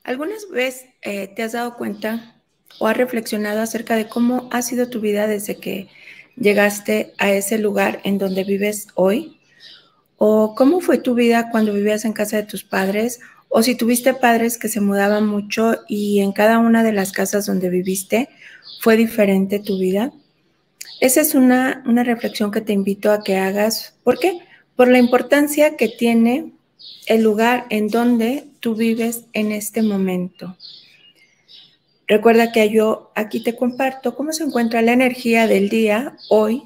¿Algunas veces te has dado cuenta o has reflexionado acerca de cómo ha sido tu vida desde que llegaste a ese lugar en donde vives hoy? ¿O cómo fue tu vida cuando vivías en casa de tus padres? ¿O si tuviste padres que se mudaban mucho y en cada una de las casas donde viviste fue diferente tu vida? Esa es una reflexión que te invito a que hagas. ¿Por qué? Por la importancia que tiene el lugar en donde tú vives en este momento. Recuerda que yo aquí te comparto cómo se encuentra la energía del día hoy,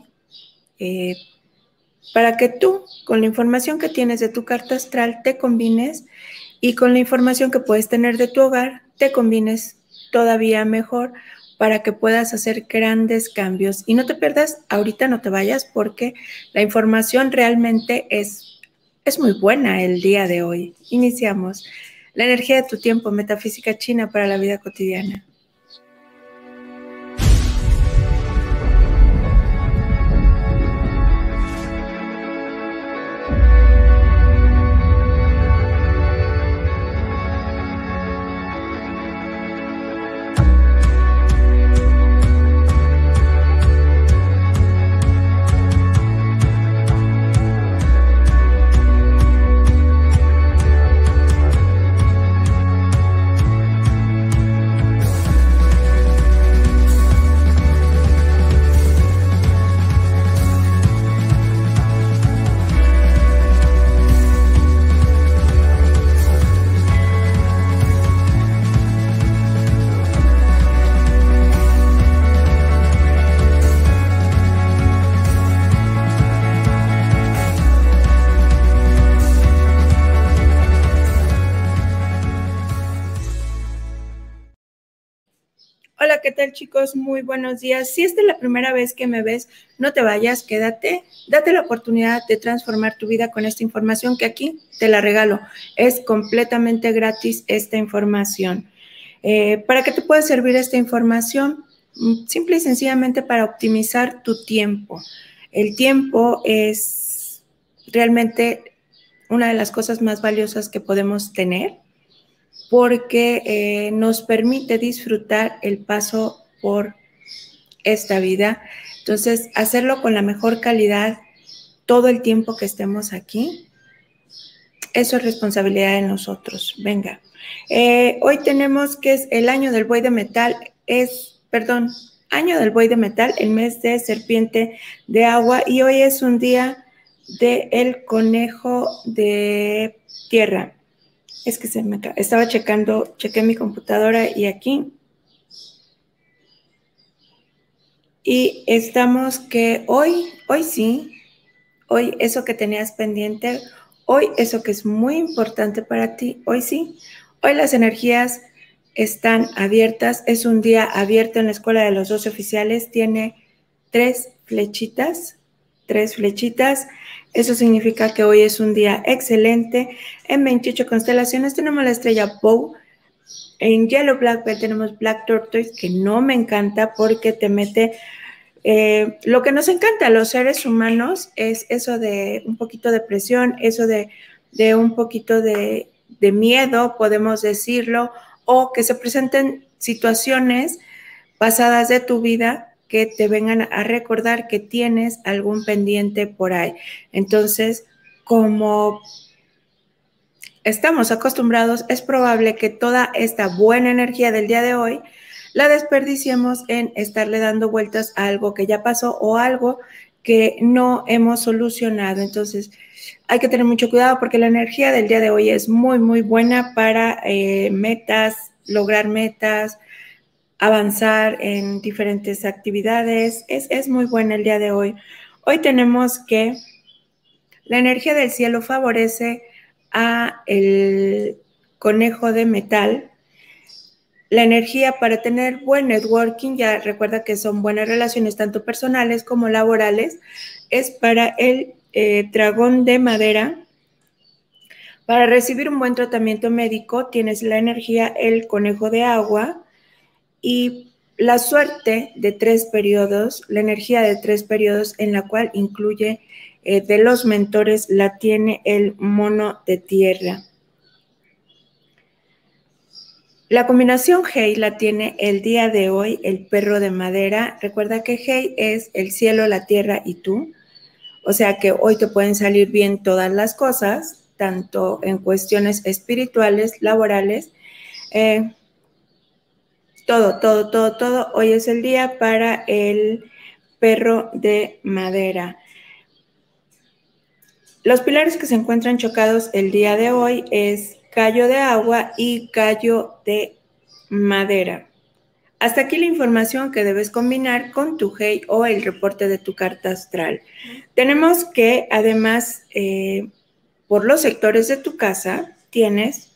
para que tú, con la información que tienes de tu carta astral, te combines y con la información que puedes tener de tu hogar, te combines todavía mejor para que puedas hacer grandes cambios. Y no te pierdas, ahorita no te vayas porque la información realmente es muy buena el día de hoy. Iniciamos. La energía de tu tiempo, metafísica china para la vida cotidiana. Hola, ¿qué tal, chicos? Muy buenos días. Si esta es la primera vez que me ves, no te vayas, quédate, date la oportunidad de transformar tu vida con esta información que aquí te la regalo. Es completamente gratis esta información. ¿Para qué te puede servir esta información? Simple y sencillamente para optimizar tu tiempo. El tiempo es realmente una de las cosas más valiosas que podemos tener, porque nos permite disfrutar el paso por esta vida. Entonces, hacerlo con la mejor calidad todo el tiempo que estemos aquí, eso es responsabilidad de nosotros. Venga. Hoy tenemos que es el año del buey de metal, año del buey de metal, el mes de serpiente de agua, y hoy es un día del conejo de tierra. Es que estaba chequé mi computadora y aquí. Y estamos que hoy sí, hoy eso que tenías pendiente, hoy eso que es muy importante para ti, hoy sí. Hoy las energías están abiertas, es un día abierto en la Escuela de los 12 Oficiales, tiene 3 flechitas, eso significa que hoy es un día excelente. En 28 constelaciones tenemos la estrella Bow. En Yellow Black Belt tenemos Black Tortoise, que no me encanta porque te mete lo que nos encanta a los seres humanos es eso de un poquito de presión, eso de un poquito de miedo, podemos decirlo, o que se presenten situaciones pasadas de tu vida que te vengan a recordar que tienes algún pendiente por ahí. Entonces, como estamos acostumbrados, es probable que toda esta buena energía del día de hoy la desperdiciemos en estarle dando vueltas a algo que ya pasó o algo que no hemos solucionado. Entonces, hay que tener mucho cuidado porque la energía del día de hoy es muy, muy buena para metas, lograr metas, avanzar en diferentes actividades. Es muy buena el día de hoy. Hoy tenemos que la energía del cielo favorece a el conejo de metal. La energía para tener buen networking, ya recuerda que son buenas relaciones tanto personales como laborales, es para el dragón de madera. Para recibir un buen tratamiento médico tienes la energía el conejo de agua, y la suerte de 3 periodos, la energía de 3 periodos en la cual incluye de los mentores, la tiene el mono de tierra. La combinación Hei la tiene el día de hoy el perro de madera. Recuerda que Hei es el cielo, la tierra y tú. O sea que hoy te pueden salir bien todas las cosas, tanto en cuestiones espirituales, laborales, todo. Hoy es el día para el perro de madera. Los pilares que se encuentran chocados el día de hoy es callo de agua y callo de madera. Hasta aquí la información que debes combinar con tu Hei o el reporte de tu carta astral. Tenemos que además, por los sectores de tu casa, tienes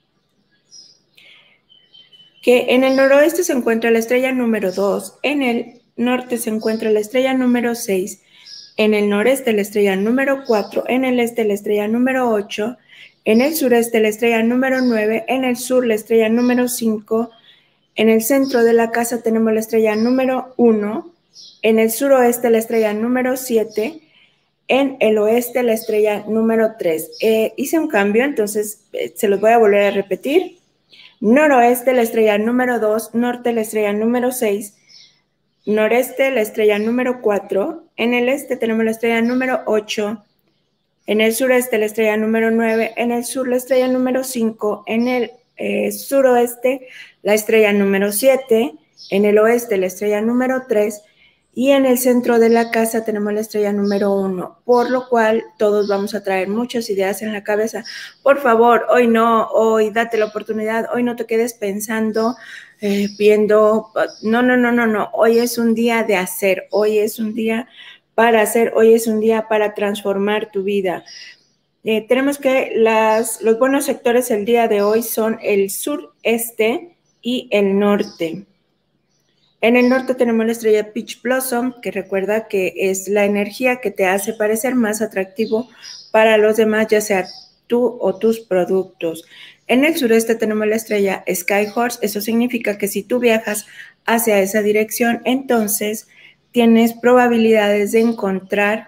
que en el noroeste se encuentra la estrella número 2, en el norte se encuentra la estrella número 6, en el noreste la estrella número 4, en el este la estrella número 8, en el sureste la estrella número 9, en el sur la estrella número 5, en el centro de la casa tenemos la estrella número 1, en el suroeste la estrella número 7, en el oeste la estrella número 3. Hice un cambio, entonces se los voy a volver a repetir. Noroeste la estrella número 2, norte la estrella número 6, noreste la estrella número 4, en el este tenemos la estrella número 8, en el sureste la estrella número 9, en el sur la estrella número 5, en el suroeste la estrella número 7, en el oeste la estrella número 3 y en el centro de la casa tenemos la estrella número 1, por lo cual todos vamos a traer muchas ideas en la cabeza. Por favor, hoy no, hoy date la oportunidad, hoy no te quedes pensando, viendo, no, hoy es un día de hacer, hoy es un día para hacer, hoy es un día para transformar tu vida. Tenemos que los buenos sectores el día de hoy son el sureste y el norte. En el norte tenemos la estrella Peach Blossom, que recuerda que es la energía que te hace parecer más atractivo para los demás, ya sea tú o tus productos. En el sureste tenemos la estrella Sky Horse, eso significa que si tú viajas hacia esa dirección, entonces tienes probabilidades de encontrar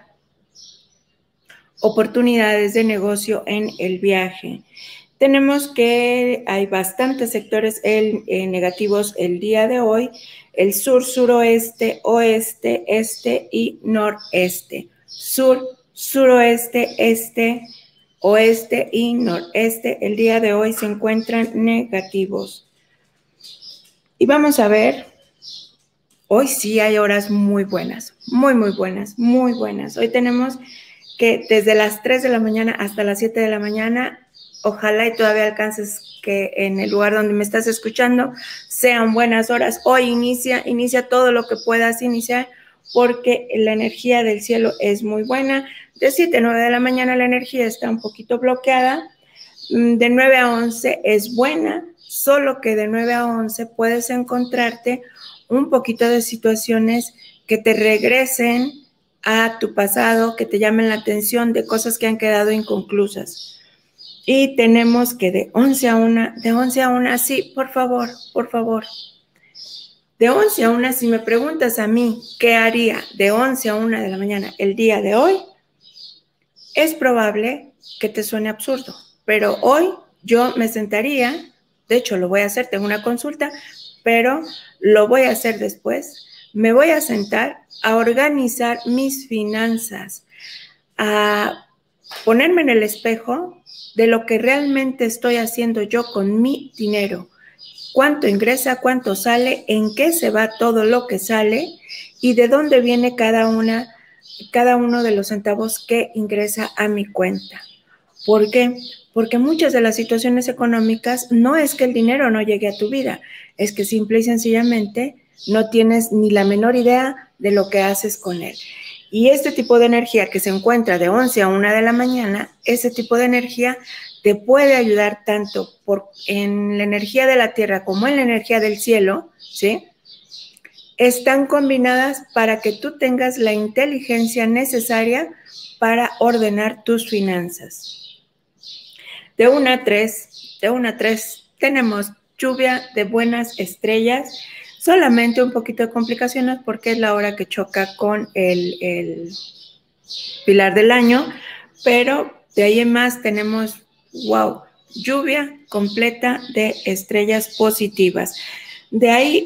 oportunidades de negocio en el viaje. Tenemos que hay bastantes sectores negativos el día de hoy, el sur, suroeste, oeste, este y noreste. Sur, suroeste, este, oeste y noreste el día de hoy se encuentran negativos. Y vamos a ver, hoy sí hay horas muy buenas, muy buenas. Hoy tenemos que desde las 3 de la mañana hasta las 7 de la mañana, ojalá y todavía alcances que en el lugar donde me estás escuchando sean buenas horas. Hoy inicia todo lo que puedas iniciar porque la energía del cielo es muy buena. De 7 a 9 de la mañana la energía está un poquito bloqueada. De 9 a 11 es buena, solo que de 9 a 11 puedes encontrarte un poquito de situaciones que te regresen a tu pasado, que te llamen la atención de cosas que han quedado inconclusas. Y tenemos que de 11 a 1, sí, por favor. De 11 a 1, si me preguntas a mí qué haría de 11 a 1 de la mañana el día de hoy, es probable que te suene absurdo, pero hoy yo me sentaría, de hecho lo voy a hacer, tengo una consulta, pero lo voy a hacer después. Me voy a sentar a organizar mis finanzas, a ponerme en el espejo de lo que realmente estoy haciendo yo con mi dinero. Cuánto ingresa, cuánto sale, en qué se va todo lo que sale y de dónde viene cada uno de los centavos que ingresa a mi cuenta. ¿Por qué? Porque muchas de las situaciones económicas no es que el dinero no llegue a tu vida, es que simple y sencillamente no tienes ni la menor idea de lo que haces con él. Y este tipo de energía que se encuentra de 11 a 1 de la mañana, ese tipo de energía te puede ayudar tanto en la energía de la tierra como en la energía del cielo, ¿sí? Están combinadas para que tú tengas la inteligencia necesaria para ordenar tus finanzas. De 1 a 3 tenemos lluvia de buenas estrellas, solamente un poquito de complicaciones porque es la hora que choca con el pilar del año, pero de ahí en más tenemos, wow, lluvia completa de estrellas positivas. De ahí,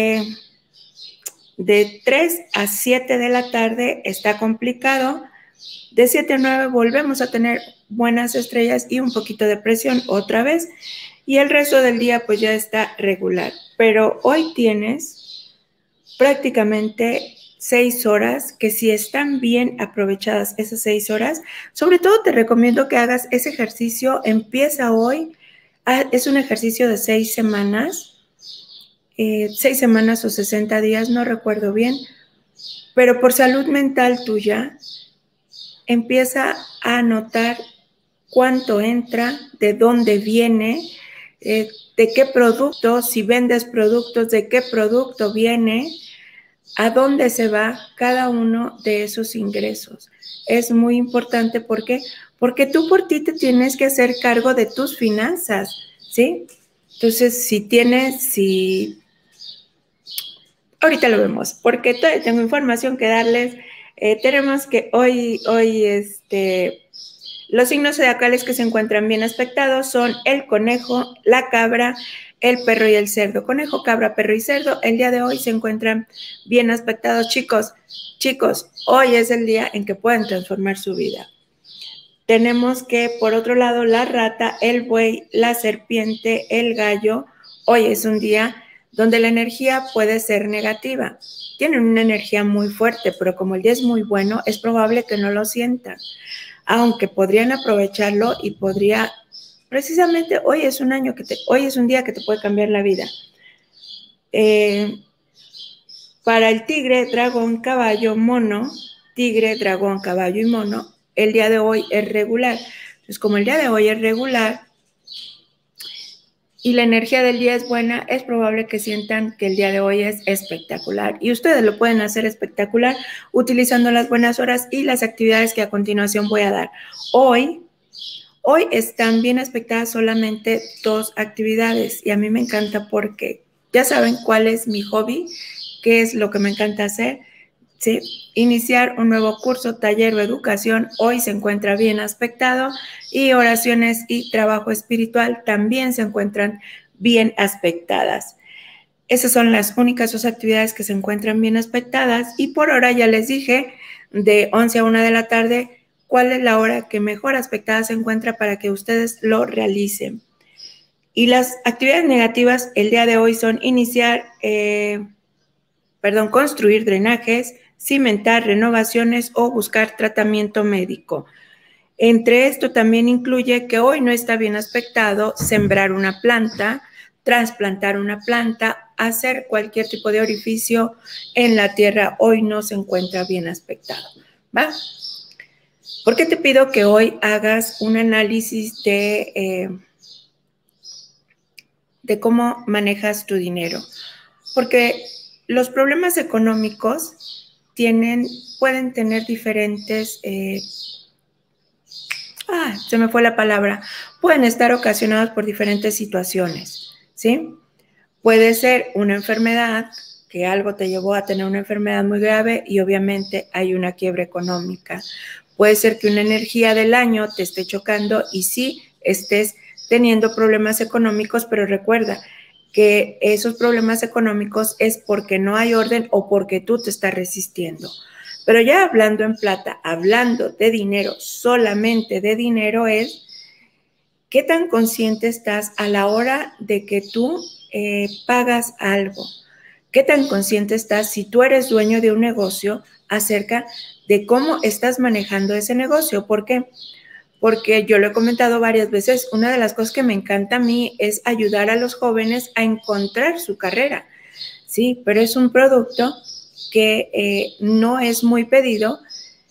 de 3 a 7 de la tarde está complicado. De 7 a 9 volvemos a tener buenas estrellas y un poquito de presión otra vez. Y el resto del día pues ya está regular. Pero hoy tienes prácticamente 6 horas que si están bien aprovechadas esas 6 horas, sobre todo te recomiendo que hagas ese ejercicio. Empieza hoy. Es un ejercicio de 6 semanas. 6 semanas o 60 días, no recuerdo bien. Pero por salud mental tuya, empieza a notar cuánto entra, de dónde viene, de qué producto, si vendes productos, de qué producto viene, a dónde se va cada uno de esos ingresos. Es muy importante, ¿por qué? Porque tú por ti te tienes que hacer cargo de tus finanzas, ¿sí? Entonces, ahorita lo vemos, porque todavía tengo información que darles. Tenemos que hoy los signos zodiacales que se encuentran bien aspectados son el conejo, la cabra, el perro y el cerdo. Conejo, cabra, perro y cerdo, el día de hoy se encuentran bien aspectados. Chicos, hoy es el día en que pueden transformar su vida. Tenemos que, por otro lado, la rata, el buey, la serpiente, el gallo. Hoy es un día donde la energía puede ser negativa. Tienen una energía muy fuerte, pero como el día es muy bueno, es probable que no lo sientan. Aunque podrían aprovecharlo y precisamente hoy es un día que te puede cambiar la vida. Para el tigre, dragón, caballo, mono, tigre, dragón, caballo y mono, el día de hoy es regular. Entonces, como el día de hoy es regular y la energía del día es buena, es probable que sientan que el día de hoy es espectacular. Y ustedes lo pueden hacer espectacular utilizando las buenas horas y las actividades que a continuación voy a dar. Hoy están bien aspectadas solamente 2 actividades y a mí me encanta porque ya saben cuál es mi hobby, qué es lo que me encanta hacer, ¿sí? Iniciar un nuevo curso, taller o educación, hoy se encuentra bien aspectado, y oraciones y trabajo espiritual también se encuentran bien aspectadas. Esas son las únicas 2 actividades que se encuentran bien aspectadas y por hora ya les dije, de 11 a 1 de la tarde, cuál es la hora que mejor aspectada se encuentra para que ustedes lo realicen. Y las actividades negativas el día de hoy son construir drenajes, cimentar renovaciones o buscar tratamiento médico. Entre esto también incluye que hoy no está bien aspectado sembrar una planta, trasplantar una planta, hacer cualquier tipo de orificio en la tierra, hoy no se encuentra bien aspectado, ¿va? ¿Por qué te pido que hoy hagas un análisis de cómo manejas tu dinero? Porque los problemas económicos pueden tener diferentes, se me fue la palabra, pueden estar ocasionados por diferentes situaciones, ¿sí? Puede ser una enfermedad, que algo te llevó a tener una enfermedad muy grave y obviamente hay una quiebra económica. Puede ser que una energía del año te esté chocando y sí estés teniendo problemas económicos, pero recuerda que esos problemas económicos es porque no hay orden o porque tú te estás resistiendo. Pero ya hablando en plata, hablando de dinero, solamente de dinero, es qué tan consciente estás a la hora de que tú pagas algo. ¿Qué tan consciente estás si tú eres dueño de un negocio acerca de cómo estás manejando ese negocio? ¿Por qué? Porque yo lo he comentado varias veces, una de las cosas que me encanta a mí es ayudar a los jóvenes a encontrar su carrera, ¿sí? Pero es un producto que no es muy pedido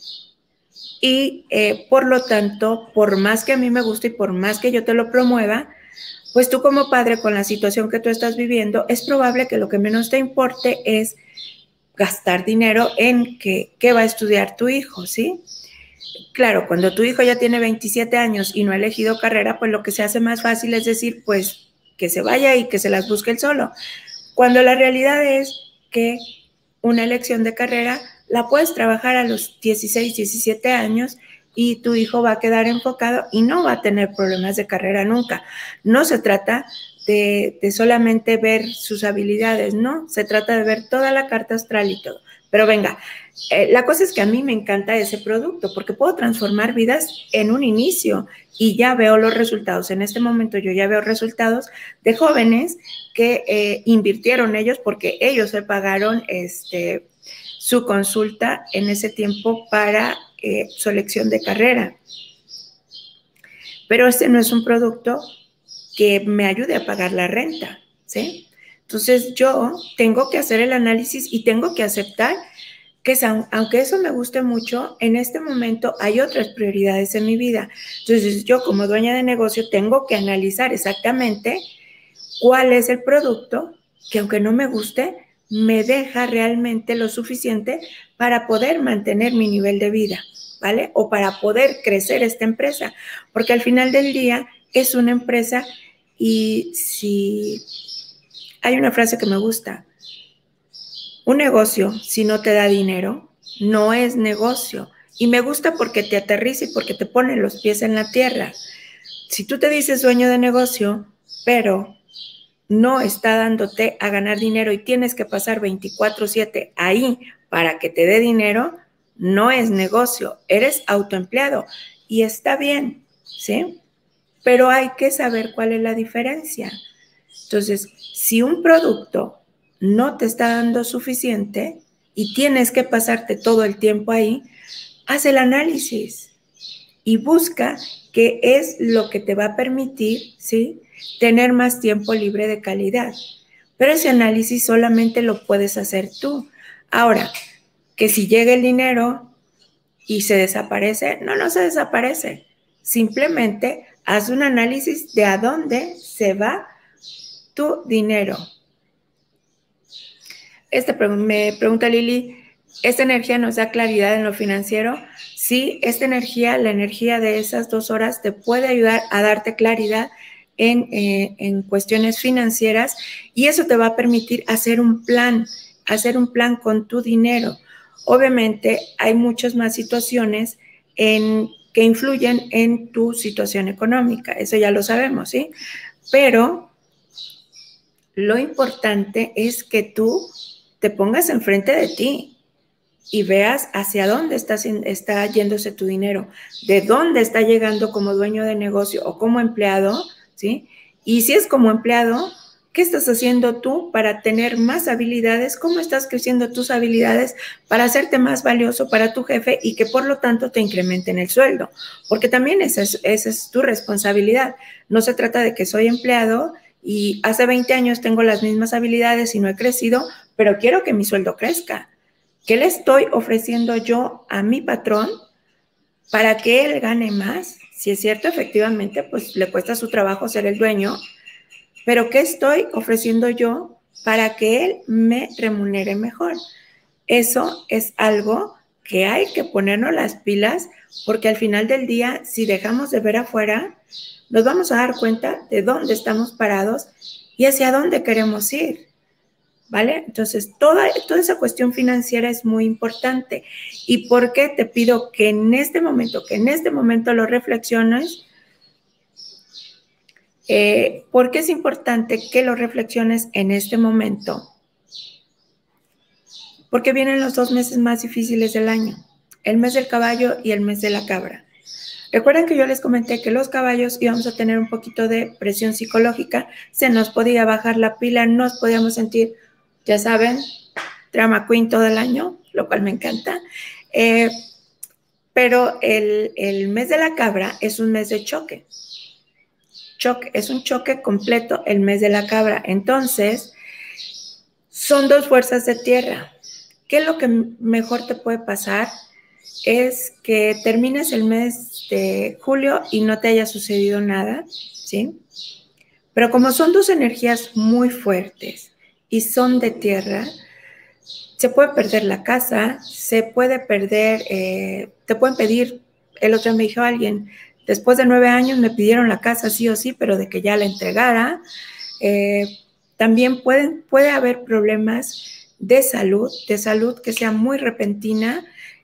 y por lo tanto, por más que a mí me guste y por más que yo te lo promueva, pues tú como padre con la situación que tú estás viviendo, es probable que lo que menos te importe es gastar dinero en qué va a estudiar tu hijo, ¿sí? Claro, cuando tu hijo ya tiene 27 años y no ha elegido carrera, pues lo que se hace más fácil es decir, pues que se vaya y que se las busque él solo. Cuando la realidad es que una elección de carrera la puedes trabajar a los 16, 17 años y tu hijo va a quedar enfocado y no va a tener problemas de carrera nunca. No se trata de solamente ver sus habilidades, no, se trata de ver toda la carta astral y todo. Pero venga, la cosa es que a mí me encanta ese producto porque puedo transformar vidas en un inicio y ya veo los resultados. En este momento yo ya veo resultados de jóvenes que invirtieron ellos porque ellos se pagaron su consulta en ese tiempo para su elección de carrera. Pero este no es un producto que me ayude a pagar la renta, ¿sí? Entonces yo tengo que hacer el análisis y tengo que aceptar que aunque eso me guste mucho, en este momento hay otras prioridades en mi vida. Entonces yo como dueña de negocio tengo que analizar exactamente cuál es el producto que aunque no me guste, me deja realmente lo suficiente para poder mantener mi nivel de vida, ¿vale? O para poder crecer esta empresa, porque al final del día es una empresa y si hay una frase que me gusta, un negocio si no te da dinero, no es negocio. Y me gusta porque te aterriza y porque te pone los pies en la tierra. Si tú te dices dueño de negocio, pero no está dándote a ganar dinero y tienes que pasar 24/7 ahí para que te dé dinero, no es negocio, eres autoempleado y está bien, ¿sí? Pero hay que saber cuál es la diferencia. Entonces, si un producto no te está dando suficiente y tienes que pasarte todo el tiempo ahí, haz el análisis y busca qué es lo que te va a permitir, ¿sí?, tener más tiempo libre de calidad. Pero ese análisis solamente lo puedes hacer tú. Ahora, que si llega el dinero y se desaparece, no se desaparece. Simplemente haz un análisis de a dónde se va tu dinero. Me pregunta Lili, ¿esta energía nos da claridad en lo financiero? Sí, esta energía, la energía de esas 2 horas te puede ayudar a darte claridad en cuestiones financieras y eso te va a permitir hacer un plan con tu dinero. Obviamente hay muchas más situaciones que influyen en tu situación económica, eso ya lo sabemos, ¿sí? Pero lo importante es que tú te pongas enfrente de ti y veas hacia dónde está yéndose tu dinero, de dónde está llegando como dueño de negocio o como empleado, ¿sí? Y si es como empleado, ¿qué estás haciendo tú para tener más habilidades? ¿Cómo estás creciendo tus habilidades para hacerte más valioso para tu jefe y que por lo tanto te incrementen el sueldo? Porque también esa es tu responsabilidad. No se trata de que soy empleado y hace 20 años tengo las mismas habilidades y no he crecido, pero quiero que mi sueldo crezca. ¿Qué le estoy ofreciendo yo a mi patrón para que él gane más? Si es cierto, efectivamente, pues le cuesta su trabajo ser el dueño, pero ¿qué estoy ofreciendo yo para que él me remunere mejor? Eso es algo que hay que ponernos las pilas porque al final del día, si dejamos de ver afuera, nos vamos a dar cuenta de dónde estamos parados y hacia dónde queremos ir, ¿vale? Entonces, toda esa cuestión financiera es muy importante. ¿Y por qué te pido que en este momento lo reflexiones? ¿Por qué es importante que lo reflexiones en este momento? Porque vienen los 2 meses más difíciles del año, el mes del caballo y el mes de la cabra. Recuerden que yo les comenté que los caballos íbamos a tener un poquito de presión psicológica, se nos podía bajar la pila, nos podíamos sentir, ya saben, drama queen todo el año, lo cual me encanta. Pero el mes de la cabra es un mes de choque. Es un choque completo el mes de la cabra. Entonces, son 2 fuerzas de tierra. ¿Qué es lo que mejor te puede pasar? Es que termines el mes de julio y no te haya sucedido nada, ¿sí? Pero como son 2 energías muy fuertes y son de tierra, se puede perder la casa, se puede perder, te pueden pedir, el otro día me dijo alguien, después de 9 años me pidieron la casa sí o sí, pero de que ya la entregara. También puede haber problemas de salud que sea muy repentina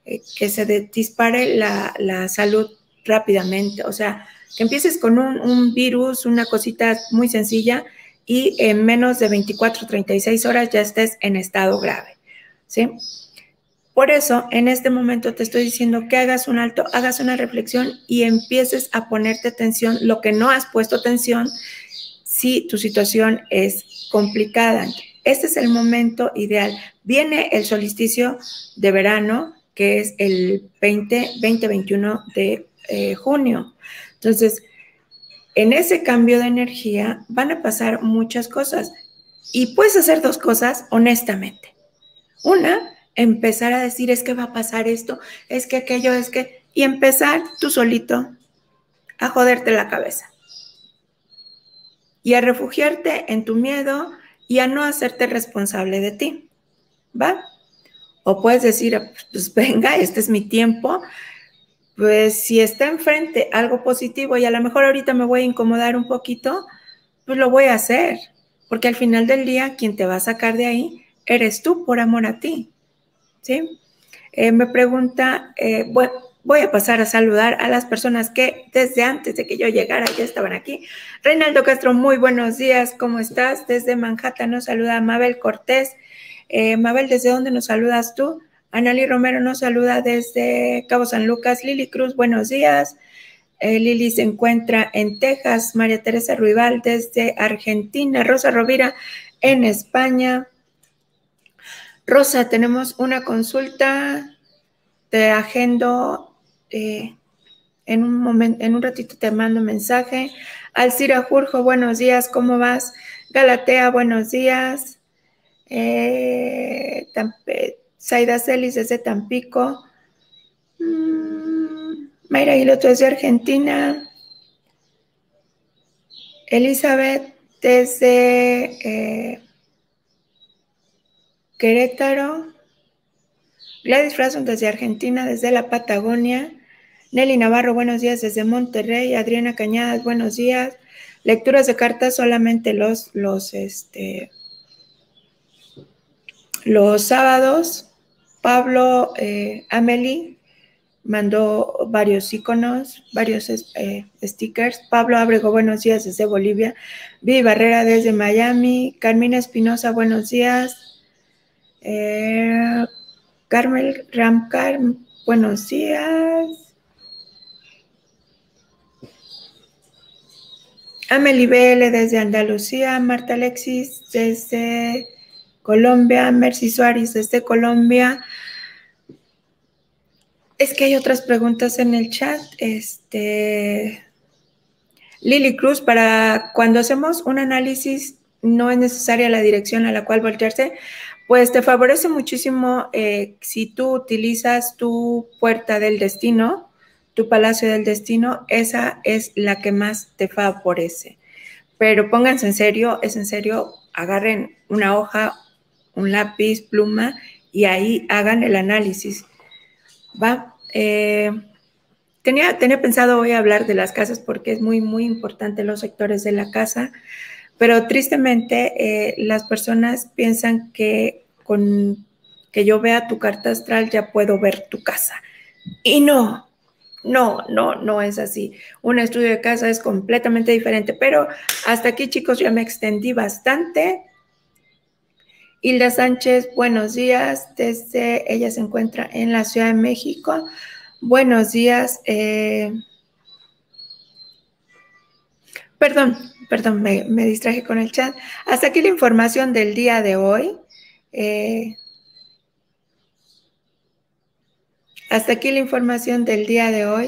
que se dispare la salud rápidamente. O sea, que empieces con un virus, una cosita muy sencilla, y en menos de 24, 36 horas ya estés en estado grave, ¿sí? Por eso, en este momento te estoy diciendo que hagas un alto, hagas una reflexión y empieces a ponerte atención, lo que no has puesto atención, si tu situación es complicada. Este es el momento ideal. Viene el solsticio de verano, que es el 20-21 de junio. Entonces, en ese cambio de energía van a pasar muchas cosas y puedes hacer dos cosas honestamente. Una, empezar a decir es que va a pasar esto, es que aquello, es que... Y empezar tú solito a joderte la cabeza y a refugiarte en tu miedo y a no hacerte responsable de ti, ¿va? O puedes decir, pues venga, este es mi tiempo, pues si está enfrente algo positivo y a lo mejor ahorita me voy a incomodar un poquito, pues lo voy a hacer, porque al final del día quien te va a sacar de ahí eres tú por amor a ti, ¿sí? Me pregunta, bueno, voy a pasar a saludar a las personas que desde antes de que yo llegara ya estaban aquí. Reinaldo Castro, muy buenos días, ¿cómo estás? Desde Manhattan nos saluda Mabel Cortés. Mabel, ¿desde dónde nos saludas tú? Anali Romero nos saluda desde Cabo San Lucas. Lili Cruz, buenos días. Lili se encuentra en Texas. María Teresa Ruibal desde Argentina. Rosa Rovira en España. Rosa, tenemos una consulta. Te agendo en un momento, en un ratito te mando un mensaje. Alcira Jurjo, buenos días, ¿cómo vas? Galatea, buenos días. Zaida Celis desde Tampico. Mayra Hiloto desde Argentina. Elizabeth desde Querétaro. Gladys Frason desde Argentina, desde la Patagonia. Nelly Navarro, buenos días desde Monterrey. Adriana Cañadas, buenos días. Lecturas de cartas solamente los sábados. Pablo Amelie mandó varios iconos, varios stickers. Pablo Abrego, buenos días desde Bolivia. Vivi Barrera desde Miami. Carmina Espinosa, buenos días. Carmel Ramcar, buenos días. Amelie BL desde Andalucía. Marta Alexis desde Colombia. Mercy Suárez desde Colombia. Es que hay otras preguntas en el chat. Lili Cruz, para cuando hacemos un análisis, no es necesaria la dirección a la cual voltearse, pues te favorece muchísimo si tú utilizas tu puerta del destino, tu palacio del destino, esa es la que más te favorece. Pero pónganse en serio, es en serio, agarren una hoja, un lápiz, pluma y ahí hagan el análisis. ¿Va? Tenía pensado hoy hablar de las casas porque es muy, muy importante los sectores de la casa, pero tristemente las personas piensan que con que yo vea tu carta astral ya puedo ver tu casa. Y no es así. Un estudio de casa es completamente diferente, pero hasta aquí, chicos, ya me extendí bastante. Hilda Sánchez, buenos días. Ella se encuentra en la Ciudad de México. Buenos días. Perdón, me distraje con el chat. Hasta aquí la información del día de hoy. Hasta aquí la información del día de hoy.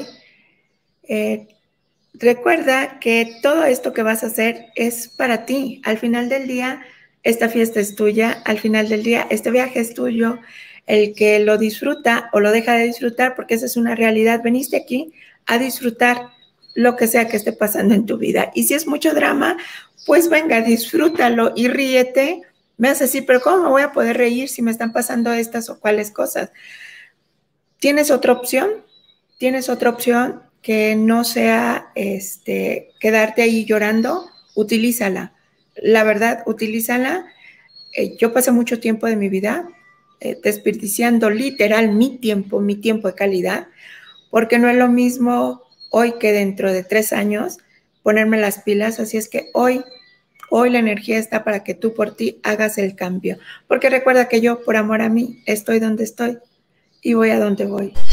Recuerda que todo esto que vas a hacer es para ti. Al final del día, esta fiesta es tuya. Al final del día, este viaje es tuyo. El que lo disfruta o lo deja de disfrutar, porque esa es una realidad. Veniste aquí a disfrutar lo que sea que esté pasando en tu vida. Y si es mucho drama, pues venga, disfrútalo y ríete. Me hace así, pero ¿cómo me voy a poder reír si me están pasando estas o cuáles cosas? ¿Tienes otra opción? ¿Tienes otra opción que no sea quedarte ahí llorando? Utilízala. La verdad, utilízala. Yo pasé mucho tiempo de mi vida desperdiciando literal mi tiempo de calidad, porque no es lo mismo hoy que dentro de 3 años ponerme las pilas. Así es que hoy la energía está para que tú por ti hagas el cambio, porque recuerda que yo, por amor a mí, estoy donde estoy y voy a donde voy.